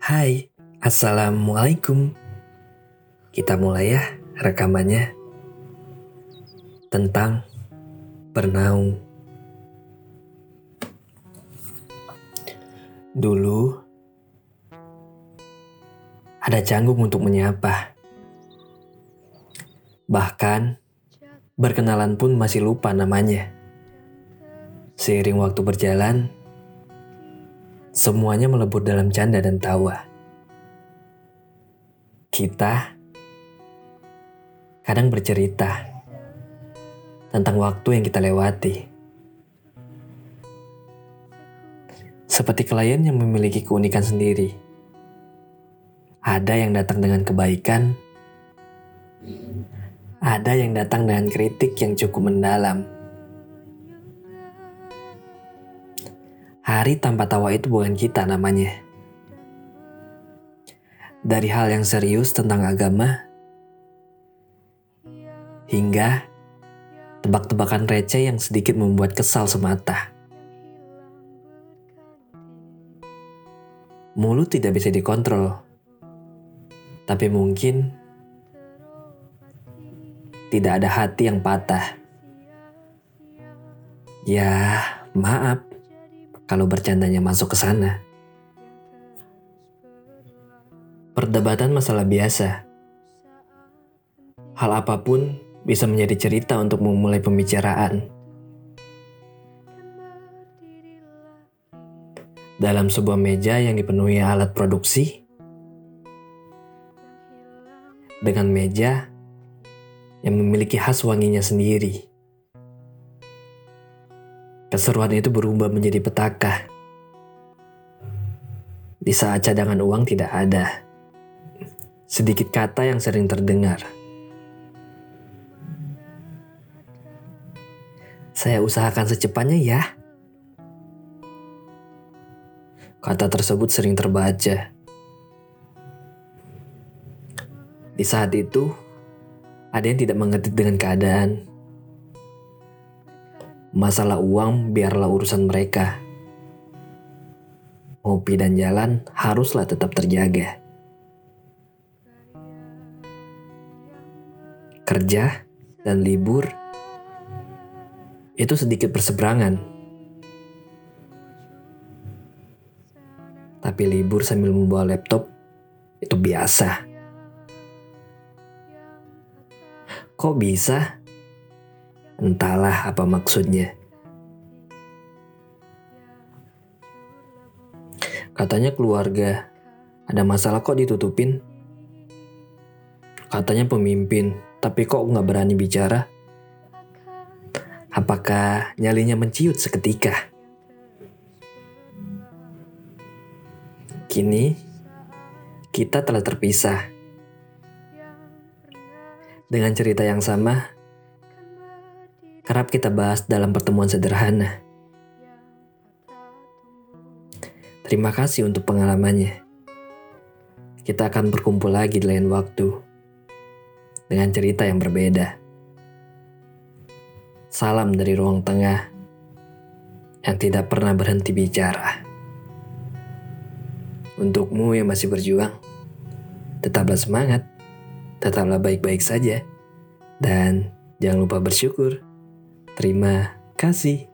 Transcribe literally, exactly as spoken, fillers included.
Hai, Assalamualaikum. Kita mulai ya rekamannya tentang bernaung. Dulu ada canggung untuk menyapa. Bahkan berkenalan pun masih lupa namanya. Seiring waktu berjalan, semuanya melebur dalam canda dan tawa. Kita kadang bercerita tentang waktu yang kita lewati. Seperti klien yang memiliki keunikan sendiri. Ada yang datang dengan kebaikan, ada yang datang dengan kritik yang cukup mendalam. Hari tanpa tawa itu bukan kita namanya. Dari hal yang serius tentang agama, hingga tebak-tebakan receh yang sedikit membuat kesal semata. Mulut tidak bisa dikontrol, tapi mungkin tidak ada hati yang patah. Ya, maaf kalau bercandanya masuk ke sana. Perdebatan masalah biasa. Hal apapun bisa menjadi cerita untuk memulai pembicaraan. Dalam sebuah meja yang dipenuhi alat produksi, dengan meja yang memiliki khas wanginya sendiri. Keseruan itu berubah menjadi petaka. Di saat cadangan uang tidak ada, sedikit kata yang sering terdengar. Saya usahakan secepatnya ya. Kata tersebut sering terbaca. Di saat itu, ada yang tidak mengerti dengan keadaan. Masalah uang biarlah urusan mereka. Ngopi dan jalan haruslah tetap terjaga. Kerja dan libur itu sedikit berseberangan. Tapi libur sambil membawa laptop itu biasa. Kok bisa? Entahlah apa maksudnya. Katanya keluarga, ada masalah kok ditutupin. Katanya pemimpin, tapi kok nggak berani bicara? Apakah nyalinya menciut seketika? Kini, kita telah terpisah. Dengan cerita yang sama, kerap kita bahas dalam pertemuan sederhana. Terima kasih untuk pengalamannya. Kita akan berkumpul lagi di lain waktu, dengan cerita yang berbeda. Salam dari ruang tengah, yang tidak pernah berhenti bicara. Untukmu yang masih berjuang, tetaplah semangat. Tetaplah baik-baik saja. Dan jangan lupa bersyukur. Terima kasih.